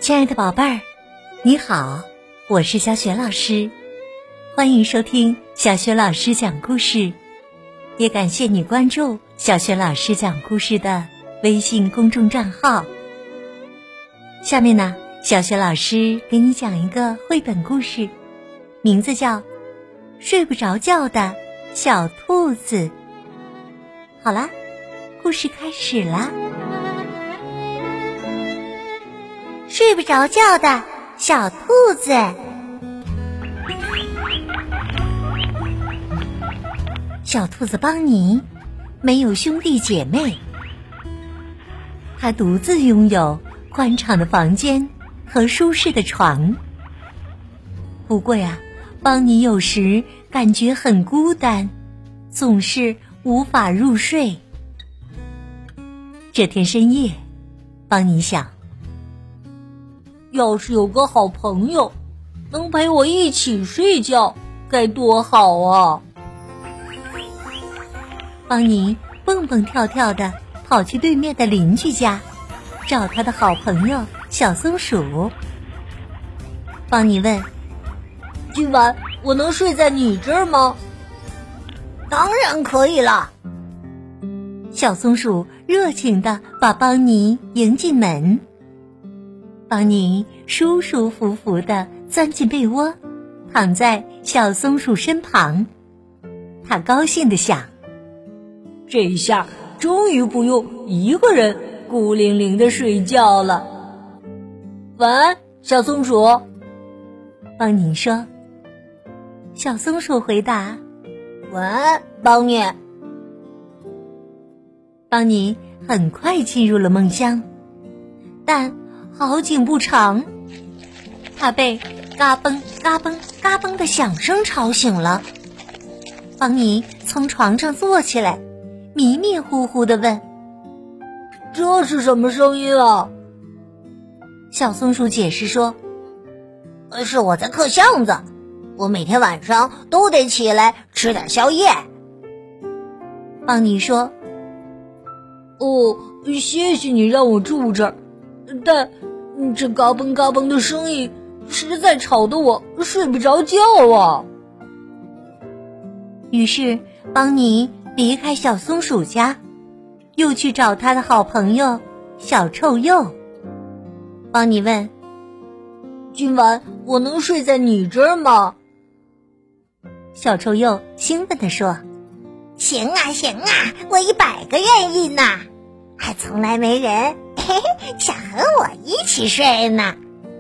亲爱的宝贝儿，你好，我是小雪老师，欢迎收听小雪老师讲故事，也感谢你关注小雪老师讲故事的微信公众账号。下面呢，小雪老师给你讲一个绘本故事，名字叫《睡不着觉的小兔子》。好啦，故事开始啦。睡不着觉的小兔子。小兔子邦尼没有兄弟姐妹，他独自拥有宽敞的房间和舒适的床。不过呀，邦尼有时感觉很孤单，总是无法入睡。这天深夜，邦尼想， 要是有个好朋友能陪我一起睡觉，该多好啊！ 邦尼蹦蹦跳跳地跑去对面的邻居家，找他的好朋友小松鼠。邦尼问： 今晚我能睡在你这儿吗？ 当然可以了。 小松鼠热情地把邦尼迎进门。邦尼舒舒服服地钻进被窝，躺在小松鼠身旁。他高兴地想， 这一下终于不用一个人孤零零地睡觉了。晚安，小松鼠。 邦尼说。小松鼠回答： 晚安，邦尼。 邦尼很快进入了梦乡，但好景不长，他被嘎嘣嘎嘣嘎嘣的响声吵醒了。邦尼从床上坐起来，迷迷糊糊地问： 这是什么声音啊？ 小松鼠解释说： 是我在刻巷子，我每天晚上都得起来吃点宵夜。 邦尼说： 哦，谢谢你让我住这儿，但这嘎嘣嘎嘣的声音实在吵得我睡不着觉啊。 于是邦尼离开小松鼠家，又去找他的好朋友小臭鼬。邦尼问： 今晚我能睡在你这儿吗？ 小臭鼬兴奋地说： 行啊行啊，我100个愿意呢，还从来没人想和我一起睡呢。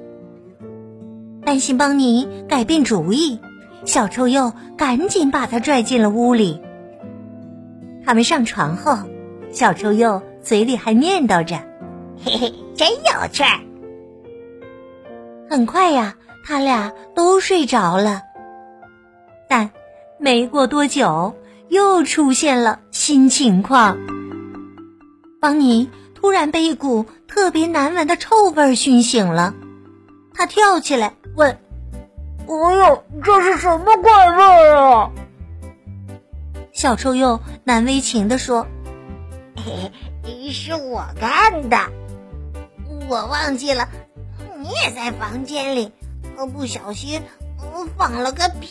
担心邦尼改变主意，小臭鼬赶紧把他拽进了屋里。他们上床后，小臭鼬嘴里还念叨着： 嘿嘿，真有趣儿。 很快呀，他俩都睡着了。但没过多久，又出现了新情况。邦尼突然被一股特别难闻的臭味熏醒了，他跳起来问： 哎呦，这是什么怪味啊？ 小臭鼬难为情地说： 是我干的，我忘记了你也在房间里，不小心放了个屁。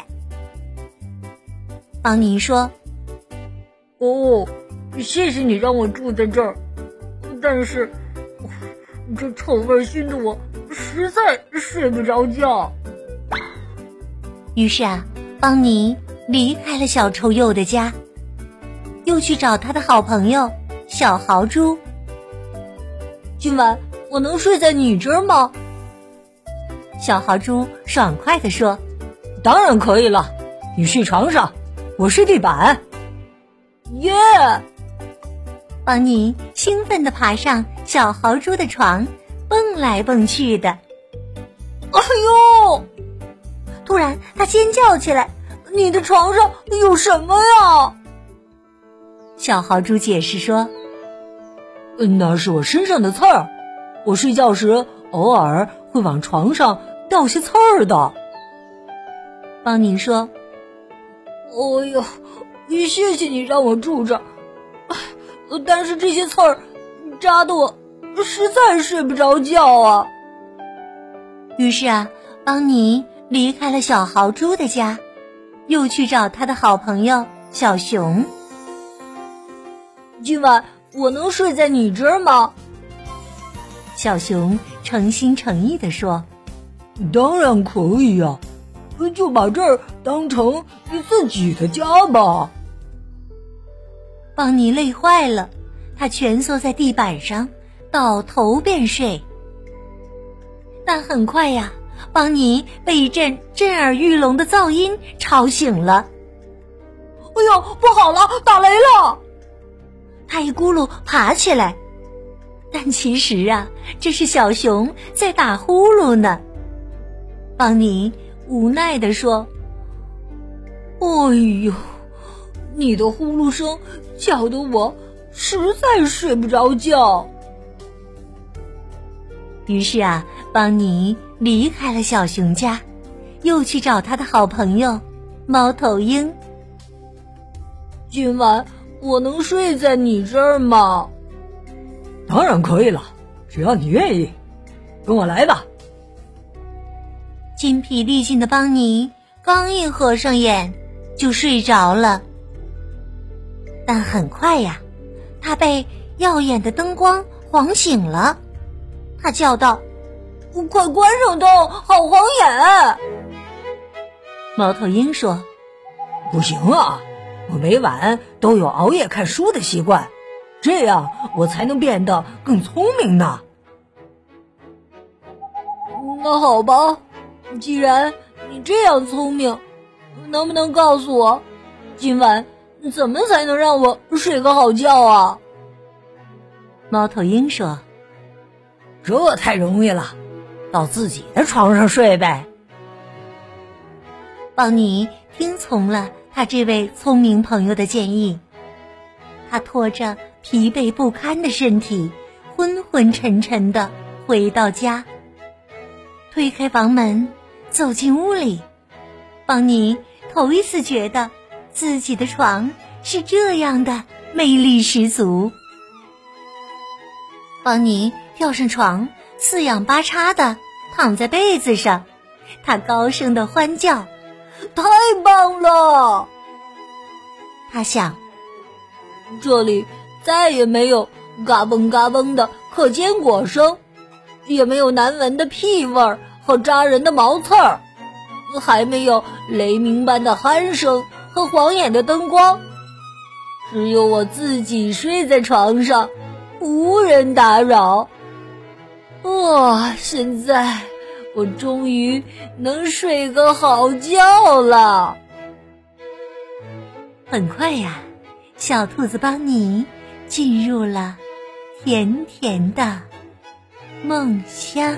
邦尼说： 哦，谢谢你让我住在这儿，但是这臭味熏得我实在睡不着觉。 于是啊，邦尼离开了小臭鼬的家，又去找他的好朋友小豪猪。 今晚我能睡在你这儿吗？ 小豪猪爽快地说： 当然可以了，你睡床上，我睡地板。耶！ 邦尼兴奋地爬上小豪猪的床，蹦来蹦去的。 哎呦！ 突然他尖叫起来： 你的床上有什么呀？ 小豪猪解释说： 那是我身上的刺儿，我睡觉时偶尔会往床上掉些刺儿的。 邦尼说： 哎呦，谢谢你让我住这儿，但是这些刺儿扎得我实在睡不着觉啊。 于是啊，邦尼离开了小豪猪的家，又去找他的好朋友小熊。 今晚我能睡在你这儿吗？ 小熊诚心诚意地说： 当然可以呀，就把这儿当成你自己的家吧。 邦尼累坏了，他蜷缩在地板上，倒头便睡。但很快呀，邦尼被一阵震耳欲聋的噪音吵醒了。 哎呦，不好了，打雷了！ 他一咕噜爬起来，但其实啊，这是小熊在打呼噜呢。邦尼无奈地说： 哎呦，你的呼噜声叫得我实在睡不着觉。 于是啊，邦尼离开了小熊家，又去找他的好朋友猫头鹰。 今晚我能睡在你这儿吗？当然可以了，只要你愿意，跟我来吧。 筋疲力尽的邦尼刚一合上眼就睡着了。但很快呀，他被耀眼的灯光晃醒了。他叫道： 快关上灯，好晃眼！ 猫头鹰说： 不行啊，我每晚都有熬夜看书的习惯，这样我才能变得更聪明呢。那好吧，既然你这样聪明，能不能告诉我，今晚怎么才能让我睡个好觉啊？ 猫头鹰说： 这太容易了，到自己的床上睡呗。 邦尼听从了他这位聪明朋友的建议，他拖着疲惫不堪的身体，昏昏沉沉地回到家。推开房门，走进屋里，邦尼头一次觉得自己的床是这样的魅力十足。邦尼跳上床，四仰八叉地躺在被子上，他高声地欢叫： 太棒了！ 他想， 这里再也没有嘎嘣嘎嘣的课间果声，也没有难闻的屁味儿和扎人的毛刺儿，还没有雷鸣般的鼾声和晃眼的灯光，只有我自己睡在床上，无人打扰。现在我终于能睡个好觉了。 很快呀，小兔子邦尼进入了甜甜的梦乡。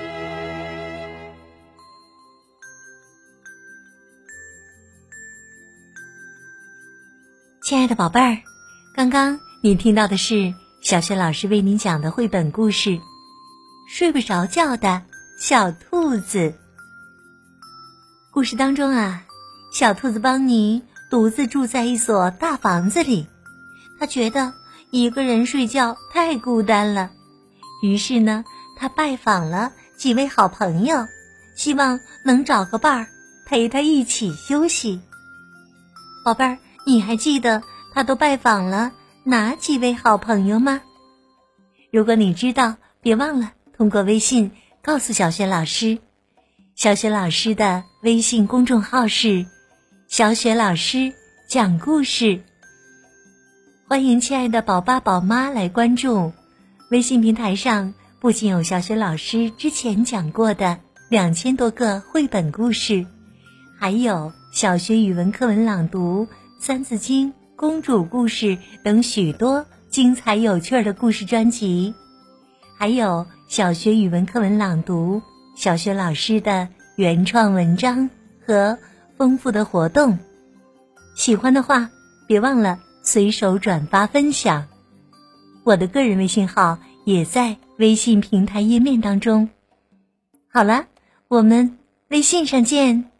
亲爱的宝贝儿，刚刚你听到的是小雪老师为您讲的绘本故事《睡不着觉的小兔子》。故事当中啊，小兔子邦尼独自住在一所大房子里，他觉得一个人睡觉太孤单了，于是呢，他拜访了几位好朋友，希望能找个伴儿陪他一起休息。宝贝儿，你还记得他都拜访了哪几位好朋友吗？如果你知道，别忘了通过微信告诉小雪老师。小雪老师的微信公众号是小雪老师讲故事，欢迎亲爱的宝爸宝妈来关注。微信平台上不仅有小雪老师之前讲过的2000多个绘本故事，还有小学语文课文朗读、三字经、公主故事等许多精彩有趣的故事专辑，还有小学语文课文朗读、小学老师的原创文章和丰富的活动。喜欢的话，别忘了随手转发分享。我的个人微信号也在微信平台页面当中。好了，我们微信上见。